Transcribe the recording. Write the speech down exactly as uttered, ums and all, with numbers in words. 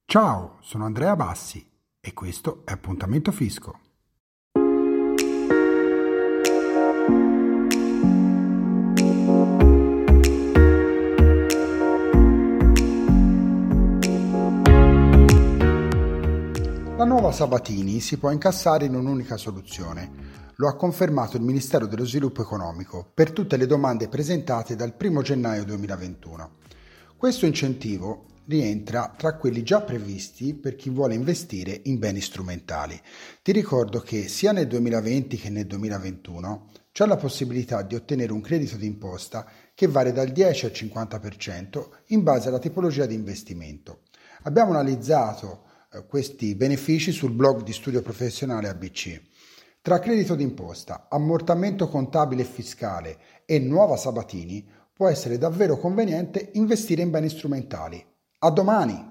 Ciao, sono Andrea Bassi e questo è Appuntamento Fisco. La nuova Sabatini si può incassare in un'unica soluzione. Lo ha confermato il Ministero dello Sviluppo Economico per tutte le domande presentate dal primo gennaio duemilaventuno. Questo incentivo rientra tra quelli già previsti per chi vuole investire in beni strumentali. Ti ricordo che sia nel duemilaventi che nel duemilaventuno c'è la possibilità di ottenere un credito d'imposta che varia dal dieci al cinquanta per cento in base alla tipologia di investimento. Abbiamo analizzato eh, questi benefici sul blog di Studio Professionale A B C. Tra credito d'imposta, ammortamento contabile e fiscale e nuova Sabatini può essere davvero conveniente investire in beni strumentali. A domani!